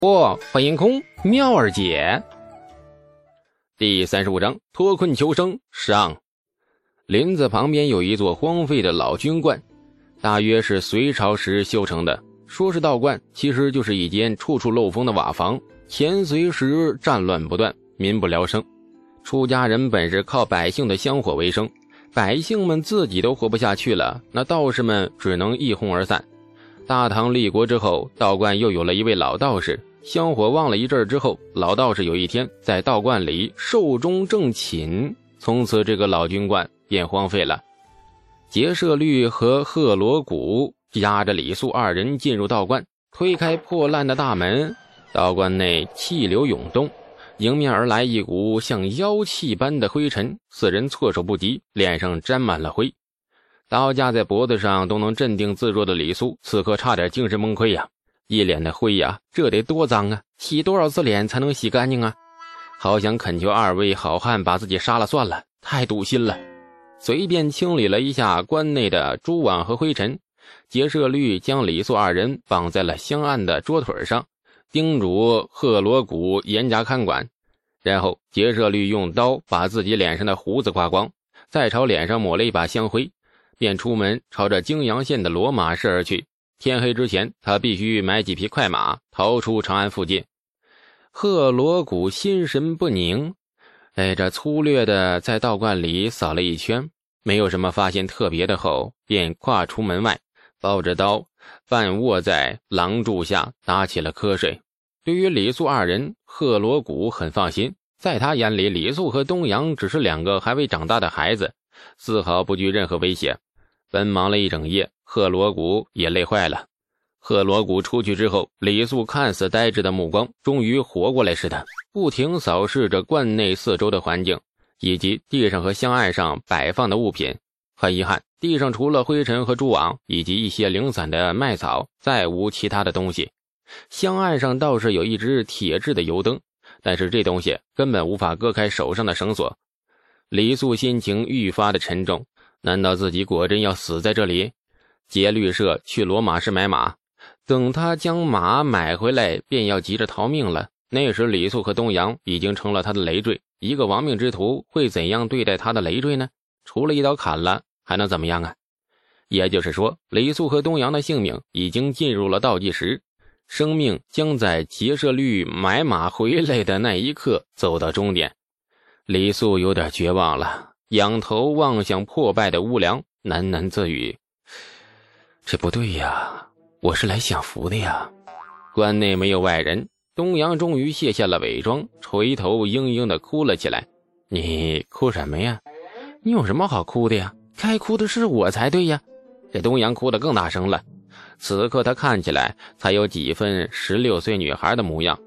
欢迎空妙儿姐。第35章脱困求生上。林子旁边有一座荒废的老军观，大约是隋朝时修成的。说是道观，其实就是一间处处漏风的瓦房。前隋时战乱不断，民不聊生，出家人本是靠百姓的香火为生，百姓们自己都活不下去了，那道士们只能一哄而散。大唐立国之后，道观又有了一位老道士，香火旺了一阵之后，老道士有一天在道观里寿终正寝，从此这个老军观便荒废了。结舍律和贺罗谷押着李肃二人进入道观，推开破烂的大门，道观内气流涌动，迎面而来一股像妖气般的灰尘，四人措手不及，脸上沾满了灰。刀架在脖子上都能镇定自若的李肃此刻差点精神崩溃呀，一脸的灰呀，这得多脏啊，洗多少次脸才能洗干净啊？好想恳求二位好汉把自己杀了算了，太堵心了。随便清理了一下关内的蛛网和灰尘，结舍律将李肃二人绑在了香案的桌腿上，叮嘱贺罗谷严加看管。然后结舍律用刀把自己脸上的胡子刮光，再朝脸上抹了一把香灰，便出门朝着泾阳县的罗马市而去。天黑之前，他必须买几匹快马，逃出长安附近。贺罗谷心神不宁，这粗略的在道观里扫了一圈，没有什么发现特别的后，便跨出门外，抱着刀半卧在廊柱下打起了瞌睡。对于李肃二人，贺罗谷很放心，在他眼里，李肃和东阳只是两个还未长大的孩子，丝毫不惧任何威胁。奔忙了一整夜，贺罗谷也累坏了。贺罗谷出去之后，李肃看似呆滞的目光终于活过来似的，不停扫视着观内四周的环境，以及地上和香案上摆放的物品。很遗憾，地上除了灰尘和蛛网以及一些零散的麦草，再无其他的东西。香案上倒是有一只铁制的油灯，但是这东西根本无法割开手上的绳索。李肃心情愈发的沉重，难道自己果真要死在这里？结律社去罗马市买马，等他将马买回来便要急着逃命了。那时李肃和东阳已经成了他的累赘，一个亡命之徒会怎样对待他的累赘呢？除了一刀砍了还能怎么样啊？也就是说，李肃和东阳的性命已经进入了倒计时，生命将在结舍律买马回来的那一刻走到终点。李肃有点绝望了，仰头望向破败的屋梁，喃喃自语，这不对呀，我是来享福的呀。关内没有外人，东阳终于卸下了伪装，垂头嘤嘤地哭了起来。你哭什么呀？你有什么好哭的呀？该哭的是我才对呀。这东阳哭得更大声了，此刻他看起来才有几分16岁女孩的模样。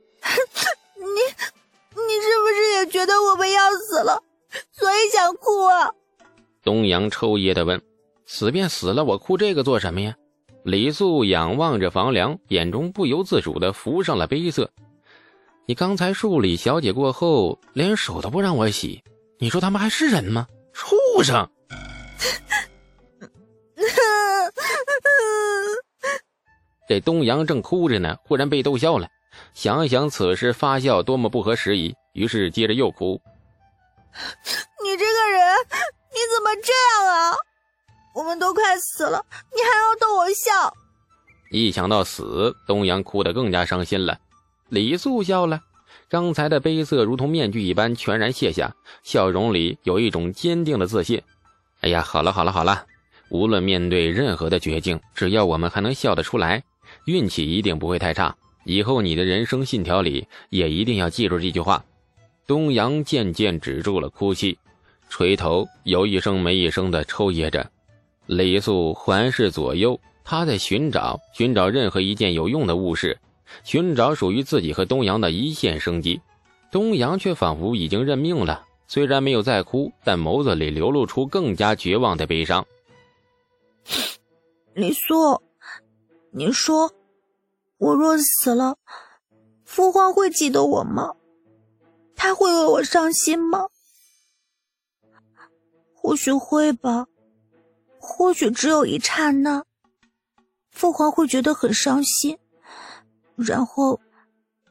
你是不是也觉得我们要死了，所以想哭啊？ 东阳抽噎地问。死便死了，我哭这个做什么呀？李肃仰望着房梁，眼中不由自主地浮上了悲色。你刚才处理小姐过后，连手都不让我洗，你说他们还是人吗？畜生！这东阳正哭着呢，忽然被逗笑了，想想此时发笑多么不合时宜，于是接着又哭。 你这个人，你怎么这样啊？我们都快死了，你还要逗我笑。 一想到死，东阳哭得更加伤心了。李肃笑了，刚才的悲色如同面具一般全然卸下，笑容里有一种坚定的自信。哎呀，好了，无论面对任何的绝境，只要我们还能笑得出来，运气一定不会太差。以后你的人生信条里也一定要记住这句话。东阳渐渐止住了哭泣，垂头有一声没一声地抽噎着。李肃环视左右，他在寻找任何一件有用的物事，寻找属于自己和东阳的一线生机。东阳却仿佛已经认命了，虽然没有再哭，但眸子里流露出更加绝望的悲伤。 李肃，你说我若死了，父皇会记得我吗？他会为我伤心吗？或许会吧，或许只有一刹那，父皇会觉得很伤心，然后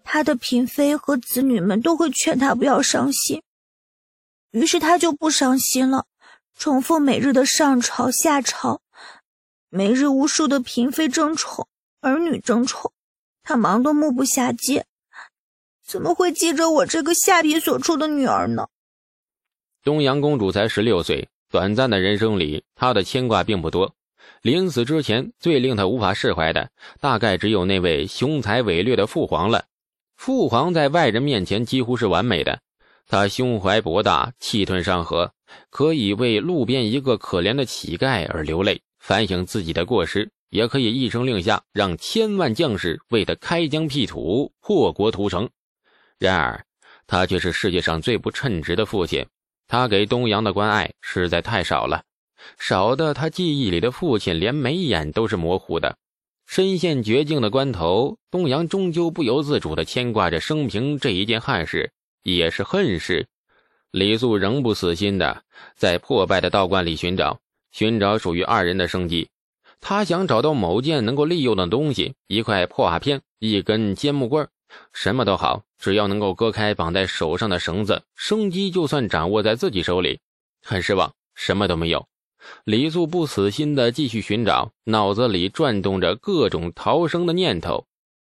他的嫔妃和子女们都会劝他不要伤心，于是他就不伤心了，重复每日的上朝下朝，每日无数的嫔妃争宠，儿女争宠，他忙得目不暇接，怎么会记着我这个下体所出的女儿呢？ 东阳公主才16岁，短暂的人生里，她的牵挂并不多。临死之前，最令她无法释怀的，大概只有那位雄才伟略的父皇了。父皇在外人面前几乎是完美的，他胸怀博大，气吞山河，可以为路边一个可怜的乞丐而流泪，反省自己的过失，也可以一声令下，让千万将士为他开疆辟土，祸国屠城。然而他却是世界上最不称职的父亲，他给东阳的关爱实在太少了，少的他记忆里的父亲连眉眼都是模糊的。身陷绝境的关头，东阳终究不由自主地牵挂着生平这一件憾事，也是恨事。李素仍不死心的在破败的道观里寻找属于二人的生机。他想找到某件能够利用的东西，一块破瓦片，一根尖木棍，什么都好，只要能够割开绑在手上的绳子，生机就算掌握在自己手里。很失望，什么都没有。李素不死心地继续寻找，脑子里转动着各种逃生的念头。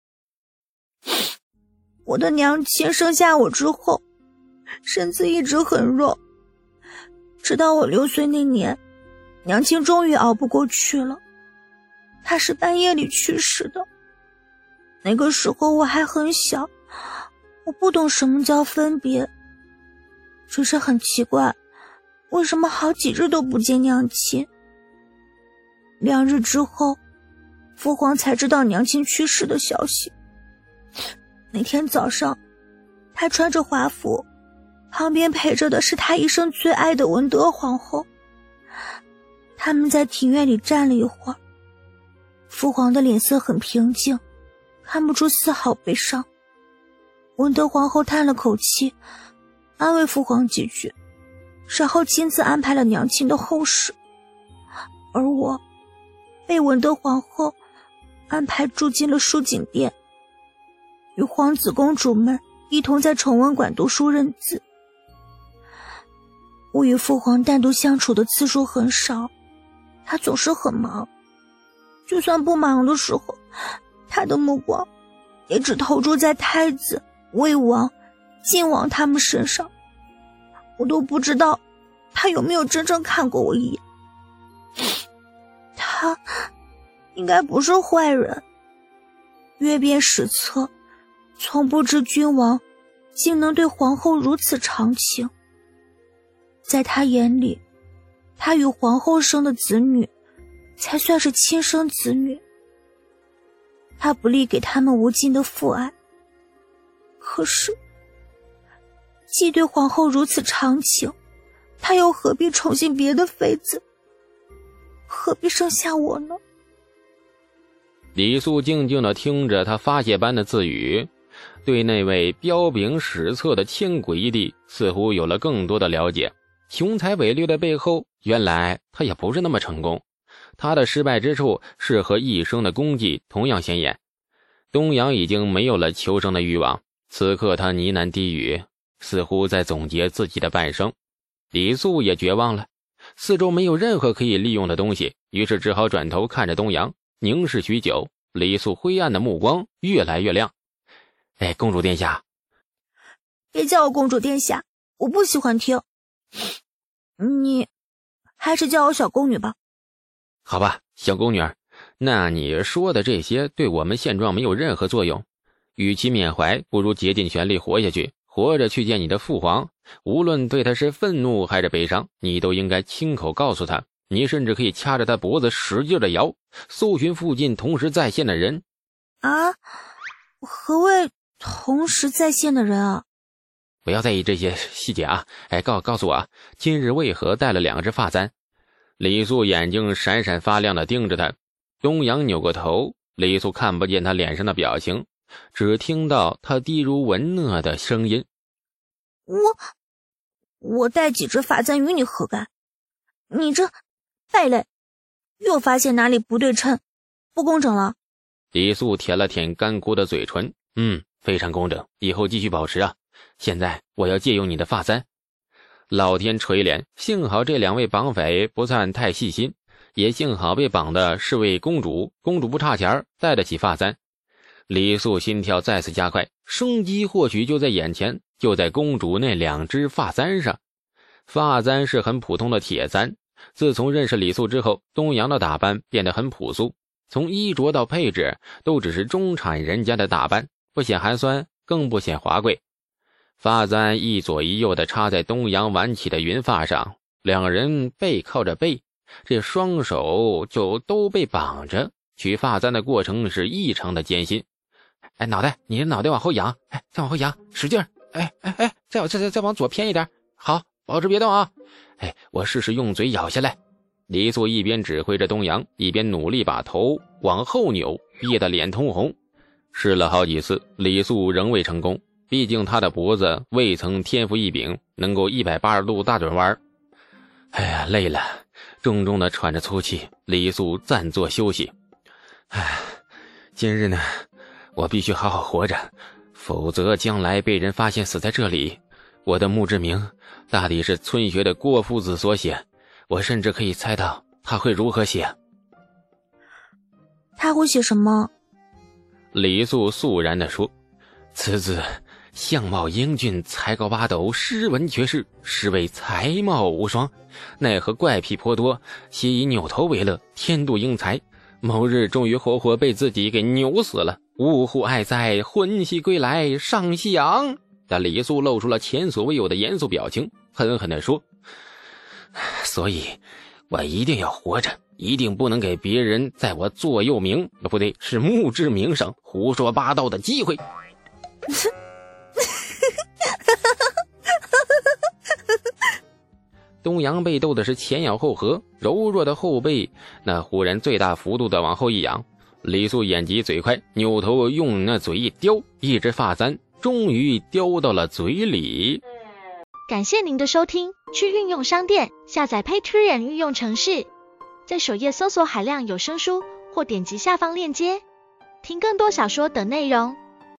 我的娘亲生下我之后，身子一直很弱，直到我6岁那年，娘亲终于熬不过去了，她是半夜里去世的。那个时候我还很小，我不懂什么叫分别，只是很奇怪，为什么好几日都不见娘亲。2日之后，父皇才知道娘亲去世的消息。那天早上，他穿着华服，旁边陪着的是他一生最爱的文德皇后。他们在庭院里站了一会儿，父皇的脸色很平静，看不出丝毫悲伤。文德皇后叹了口气，安慰父皇几句，然后亲自安排了娘亲的后事。而我被文德皇后安排住进了淑景殿，与皇子公主们一同在崇文馆读书认字。我与父皇单独相处的次数很少，他总是很忙，就算不忙的时候，他的目光也只投注在太子、魏王、晋王他们身上，我都不知道他有没有真正看过我一眼。他应该不是坏人，阅遍史册，从不知君王竟能对皇后如此长情。在他眼里，他与皇后生的子女才算是亲生子女，他不利给他们无尽的父爱。可是既对皇后如此长情，他又何必宠幸别的妃子，何必生下我呢？ 李素静静地听着他发泄般的自语，对那位彪炳史册的千诡一帝似乎有了更多的了解。雄才伟略的背后，原来他也不是那么成功，他的失败之处是和一生的功绩同样显眼。东阳已经没有了求生的欲望，此刻他呢喃低语，似乎在总结自己的半生。李素也绝望了，四周没有任何可以利用的东西，于是只好转头看着东阳，凝视许久。李素灰暗的目光越来越亮。公主殿下。 别叫我公主殿下，我不喜欢听。你还是叫我小宫女吧。 好吧，小宫女儿，那你说的这些对我们现状没有任何作用，与其缅怀，不如竭尽全力活下去，活着去见你的父皇，无论对他是愤怒还是悲伤，你都应该亲口告诉他，你甚至可以掐着他脖子使劲的摇，搜寻附近同时在线的人。 啊？何谓同时在线的人啊？ 不要在意这些细节啊！告诉我，今日为何带了2只发簪？李素眼睛闪闪发亮的盯着他。东阳扭过头，李素看不见他脸上的表情，只听到他低如蚊讷的声音： 我带几只发簪与你何干？你这败类，又发现哪里不对称、不工整了？ 李素舔了舔干枯的嘴唇， 非常工整，以后继续保持啊。现在我要借用你的发簪。老天垂怜，幸好这2位绑匪不算太细心，也幸好被绑的是位公主，公主不差钱，带得起发簪。李素心跳再次加快，生机或许就在眼前，就在公主那2只发簪上。发簪是很普通的铁簪，自从认识李素之后，东阳的打扮变得很朴素，从衣着到配置都只是中产人家的打扮，不显寒酸，更不显华贵。发簪一左一右地插在东阳挽起的云发上，2人背靠着背，这双手就都被绑着。取发簪的过程是异常的艰辛。脑袋，你的脑袋往后仰，再往后仰，使劲，再往左偏一点，好，保持别动啊。我试试用嘴咬下来。李素一边指挥着东阳，一边努力把头往后扭，憋得脸通红。试了好几次，李素仍未成功，毕竟他的脖子未曾天赋异禀，能够180度大转弯。累了，重重地喘着粗气，李素暂坐休息。今日呢，我必须好好活着，否则将来被人发现死在这里，我的墓志铭大抵是村学的郭夫子所写，我甚至可以猜到他会如何写。 他会写什么？ 李素肃然地说，此子相貌英俊，才高八斗，诗文绝世，实为才貌无双，奈何怪癖颇多，皆以扭头为乐，天妒英才，某日终于活活被自己给扭死了，呜呼哀哉，魂兮归来，上西洋。但李素露出了前所未有的严肃表情，狠狠地说，所以我一定要活着，一定不能给别人在我座右铭，不对，是墓志铭上胡说八道的机会。东阳被逗的是前仰后合，柔弱的后背那忽然最大幅度的往后一仰。李素眼疾嘴快，扭头用那嘴一叼，一只发簪终于叼到了嘴里。 感谢您的收听，去运用商店下载 Patreon 运用程式，在首页搜索海量有声书，或点击下方链接听更多小说等内容。